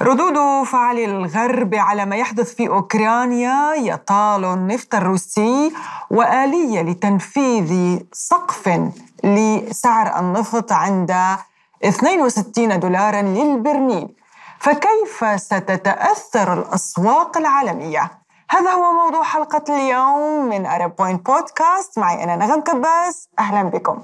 ردود فعل الغرب على ما يحدث في أوكرانيا يطال النفط الروسي وآلية لتنفيذ سقف لسعر النفط عند $62 للبرميل. فكيف ستتأثر الأسواق العالمية؟ هذا هو موضوع حلقة اليوم من Arab Point بودكاست. معي أنا نغم كباس، أهلا بكم.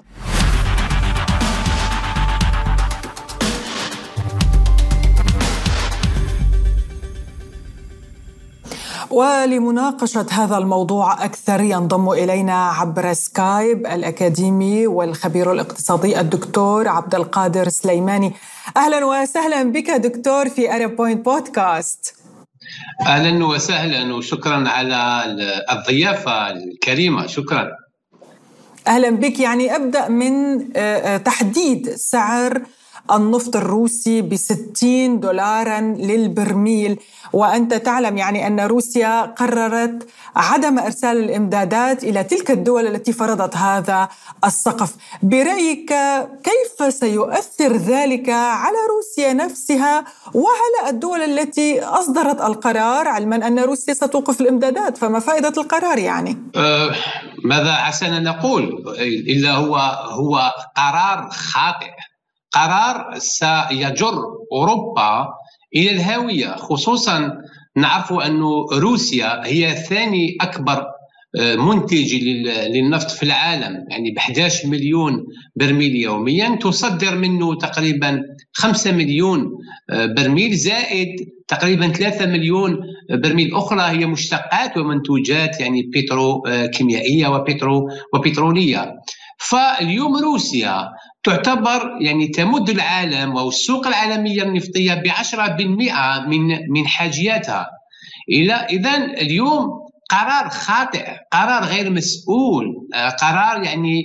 ولمناقشة هذا الموضوع أكثر ينضم إلينا عبر سكايب الأكاديمي والخبير الاقتصادي الدكتور عبد القادر سليماني. أهلا وسهلا بك دكتور في Arab Point بودكاست. أهلا وسهلا وشكرا على الضيافة الكريمة. شكرا. أهلا بك. يعني أبدأ من تحديد سعر النفط الروسي $60 للبرميل، وأنت تعلم يعني أن روسيا قررت عدم إرسال الإمدادات إلى تلك الدول التي فرضت هذا السقف. برأيك كيف سيؤثر ذلك على روسيا نفسها وعلى الدول التي أصدرت القرار، علما أن روسيا ستوقف الإمدادات؟ فما فائدة القرار يعني؟ ماذا عسانا نقول إلا هو قرار خاطئ، قرار سيجر أوروبا إلى الهاوية. خصوصا نعرف أن روسيا هي ثاني أكبر منتج للنفط في العالم، يعني ب11 مليون برميل يوميا، تصدر منه تقريبا 5 مليون برميل، زائد تقريبا 3 مليون برميل أخرى هي مشتقات ومنتوجات يعني بتروكيميائية وبترولية. فاليوم روسيا تعتبر يعني تمد العالم والسوق العالمية النفطية ب10% من حاجياتها. إذن اليوم قرار خاطئ، قرار غير مسؤول، قرار يعني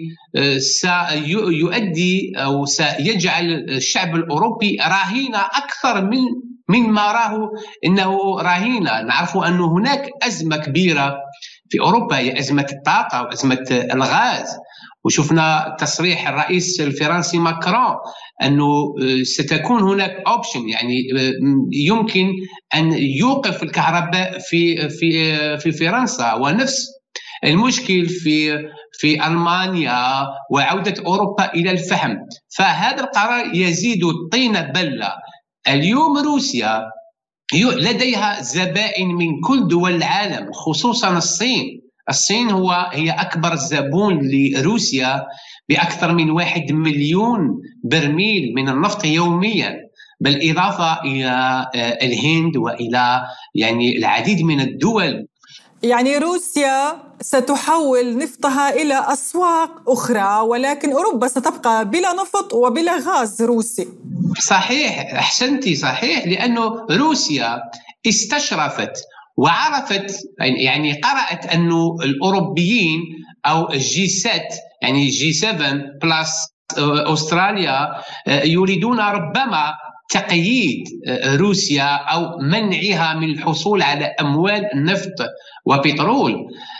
سيؤدي أو سيجعل الشعب الأوروبي رهينة أكثر من ما راه إنه رهينة. نعرف أن هناك أزمة كبيرة في أوروبا، هي أزمة الطاقة وأزمة الغاز، وشفنا تصريح الرئيس الفرنسي ماكرون أنه ستكون هناك أوبشن، يعني يمكن أن يوقف الكهرباء في فرنسا، ونفس المشكل في ألمانيا، وعودة أوروبا إلى الفحم. فهذا القرار يزيد الطين بلة. اليوم روسيا لديها زبائن من كل دول العالم، خصوصا الصين هي أكبر زبون لروسيا بأكثر من 1 مليون برميل من النفط يوميا، بالإضافة إلى الهند وإلى يعني العديد من الدول. يعني روسيا ستحول نفطها إلى أسواق أخرى، ولكن أوروبا ستبقى بلا نفط وبلا غاز روسي. صحيح، أحسنتي، صحيح، لأنه روسيا استشرفت وعرفت، يعني قرأت أن الأوروبيين أو G7 يعني G7 بلس أستراليا يريدون ربما تقييد روسيا أو منعها من الحصول على أموال نفط وبترول.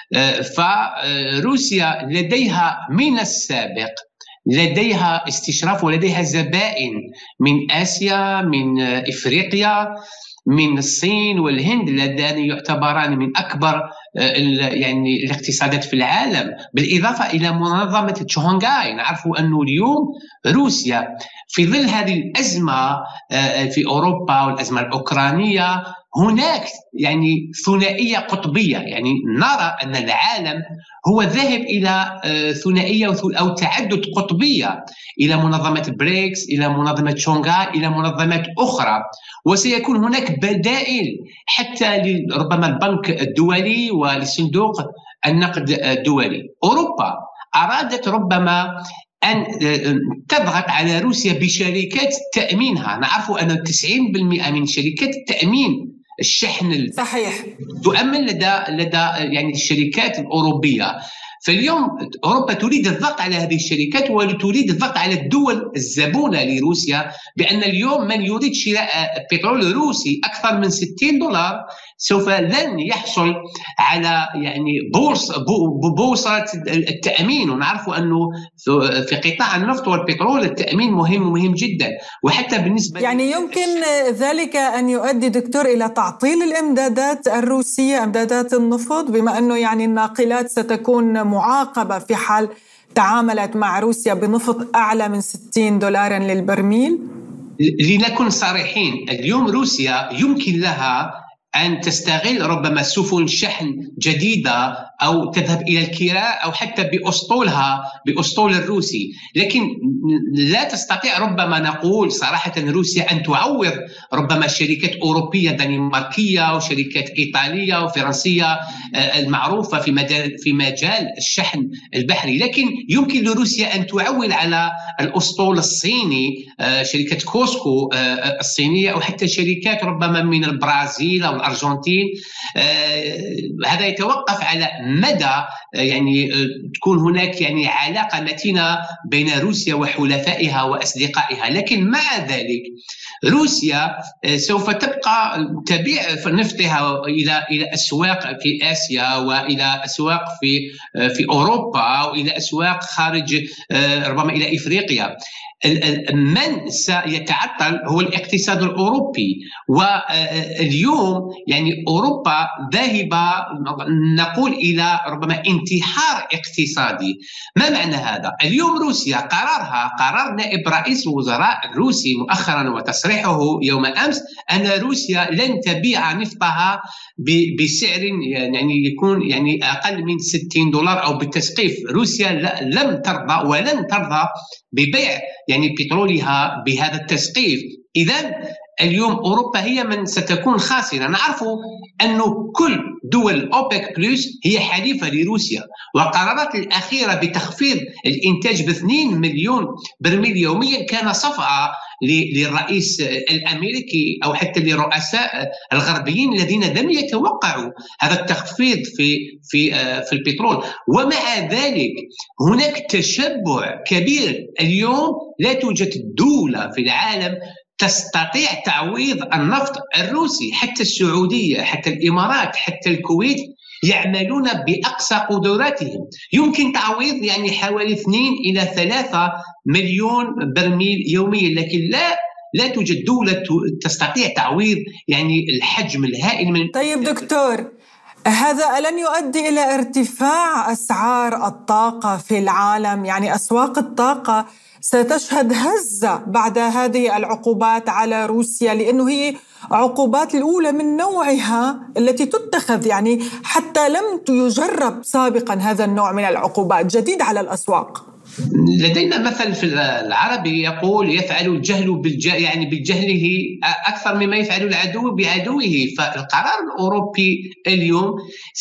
فروسيا لديها من السابق لديها استشراف ولديها زبائن من آسيا، من إفريقيا، من الصين والهند، اللذان يعتبران من أكبر يعني الاقتصادات في العالم، بالإضافة إلى منظمة شنغهاي. نعرف أنه اليوم روسيا في ظل هذه الأزمة في أوروبا والأزمة الأوكرانية، هناك يعني ثنائية قطبية، يعني نرى أن العالم هو ذاهب إلى ثنائية أو تعدد قطبية، إلى منظمة بريكس، إلى منظمة شنغهاي، إلى منظمات أخرى، وسيكون هناك بدائل حتى ربما البنك الدولي ولصندوق النقد الدولي. أوروبا أرادت ربما أن تضغط على روسيا بشركات تأمينها. نعرف أن 90% من شركات التأمين الشحن صحيح تؤمن لدى يعني الشركات الأوروبية. فاليوم أوروبا تريد الضغط على هذه الشركات وتريد الضغط على الدول الزبونة لروسيا، بأن اليوم من يريد شراء بترول روسي أكثر من $60 سوف لن يحصل على يعني بوصلة التأمين. ونعرف أنه في قطاع النفط والبترول التأمين مهم جدا. وحتى بالنسبة يعني يمكن ذلك أن يؤدي دكتور إلى تعطيل الإمدادات الروسية، إمدادات النفط، بما أنه يعني الناقلات ستكون معاقبة في حال تعاملت مع روسيا بنفط أعلى من $60 للبرميل. لنكن صريحين، اليوم روسيا يمكن لها أن تستغل ربما سفن شحن جديدة أو تذهب إلى الكراء أو حتى بأسطول الروسي، لكن لا تستطيع ربما نقول صراحة روسيا أن تعوض ربما شركات أوروبية دنماركية وشركات إيطالية وفرنسية المعروفة في مجال الشحن البحري، لكن يمكن لروسيا أن تعول على الأسطول الصيني، شركة كوسكو الصينية، أو حتى شركات ربما من البرازيل أو الأرجنتين. هذا يتوقف على مدى يعني تكون هناك يعني علاقة متينة بين روسيا وحلفائها وأصدقائها. لكن مع ذلك روسيا سوف تبقى تبيع نفطها إلى أسواق في آسيا وإلى أسواق في أوروبا وإلى أسواق خارج ربما إلى إفريقيا. من سيتعطل هو الاقتصاد الأوروبي. واليوم يعني أوروبا ذاهبة نقول إلى ربما انتحار اقتصادي. ما معنى هذا؟ اليوم روسيا قرار نائب رئيس الوزراء الروسي مؤخرا وتصريحه يوم أمس أن روسيا لن تبيع نفطها بسعر يعني يكون يعني أقل من $60 أو بالتسقيف. روسيا لم ترضى ولن ترضى ببيع يعني بترولها بهذا التسقيف. إذن اليوم أوروبا هي من ستكون خاسرة. نعرف أن كل دول أوبك بلس هي حليفة لروسيا، والقرارات الأخيرة بتخفيض الإنتاج ب2 مليون برميل يوميا كان صفعة للرئيس الأمريكي أو حتى للرؤساء الغربيين الذين لم يتوقعوا هذا التخفيض في البترول. ومع ذلك هناك تشبع كبير. اليوم لا توجد دولة في العالم تستطيع تعويض النفط الروسي. حتى السعودية، حتى الإمارات، حتى الكويت يعملون بأقصى قدراتهم. يمكن تعويض يعني حوالي 2 إلى 3 مليون برميل يوميا، لكن لا توجد دولة تستطيع تعويض يعني الحجم الهائل من. طيب دكتور، هذا ألن يؤدي إلى ارتفاع أسعار الطاقة في العالم؟ يعني أسواق الطاقة ستشهد هزة بعد هذه العقوبات على روسيا، لأنه هي عقوبات الأولى من نوعها التي تتخذ، يعني حتى لم يجرب سابقا هذا النوع من العقوبات جديد على الأسواق. لدينا مثل في العربي يقول يفعل الجهل يعني بجهله أكثر مما يفعل العدو بعدوه. فالقرار الأوروبي اليوم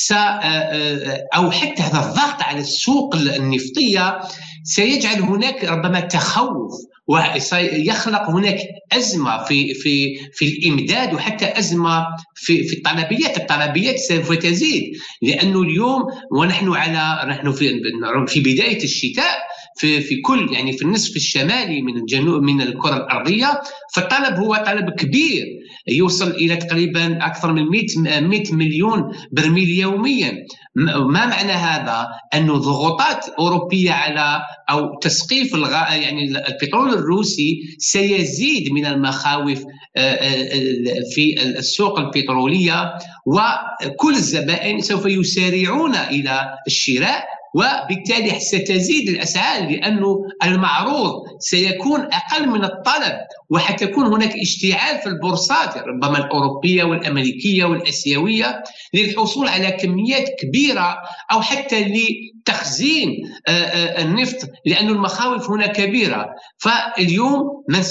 أو حتى هذا الضغط على السوق النفطية سيجعل هناك ربما تخوف، وسيخلق هناك أزمة في الإمداد، وحتى أزمة في الطلبيات سوف تزيد. لأنه اليوم نحن في بداية الشتاء في كل يعني في النصف الشمالي من الجنوب من الكرة الأرضية، فالطلب هو طلب كبير يوصل إلى تقريبا أكثر من 100 مليون برميل يوميا. ما معنى هذا؟ أن ضغوطات أوروبية على أو تسقيف يعني البترول الروسي سيزيد من المخاوف في السوق البترولية، وكل الزبائن سوف يسارعون إلى الشراء، وبالتالي ستزيد الأسعار لأن المعروض سيكون أقل من الطلب، وحتكون هناك اشتعال في البورصات ربما الأوروبية والأمريكية والأسيوية للحصول على كميات كبيرة أو حتى لتخزين النفط، لأن المخاوف هنا كبيرة. فاليوم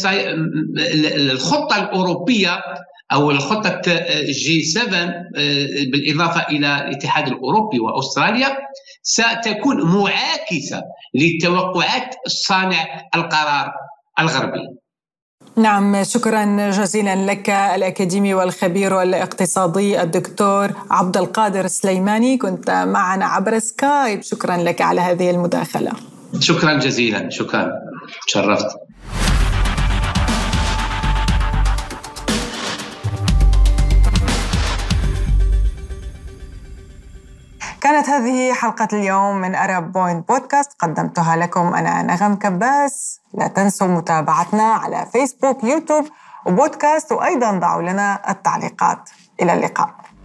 الخطة الأوروبية أو الخطة G7 بالإضافة إلى الاتحاد الأوروبي وأستراليا ستكون معاكسة لتوقعات صانع القرار الغربي. نعم، شكرا جزيلا لك الأكاديمي والخبير والاقتصادي الدكتور عبد القادر السليماني، كنت معنا عبر سكايب. شكرا لك على هذه المداخلة. شكرا جزيلا، شكرا، تشرفت. كانت هذه حلقة اليوم من أرب بوينت بودكاست، قدمتها لكم أنا نغم كباس. لا تنسوا متابعتنا على فيسبوك، يوتيوب وبودكاست، وأيضا ضعوا لنا التعليقات. إلى اللقاء.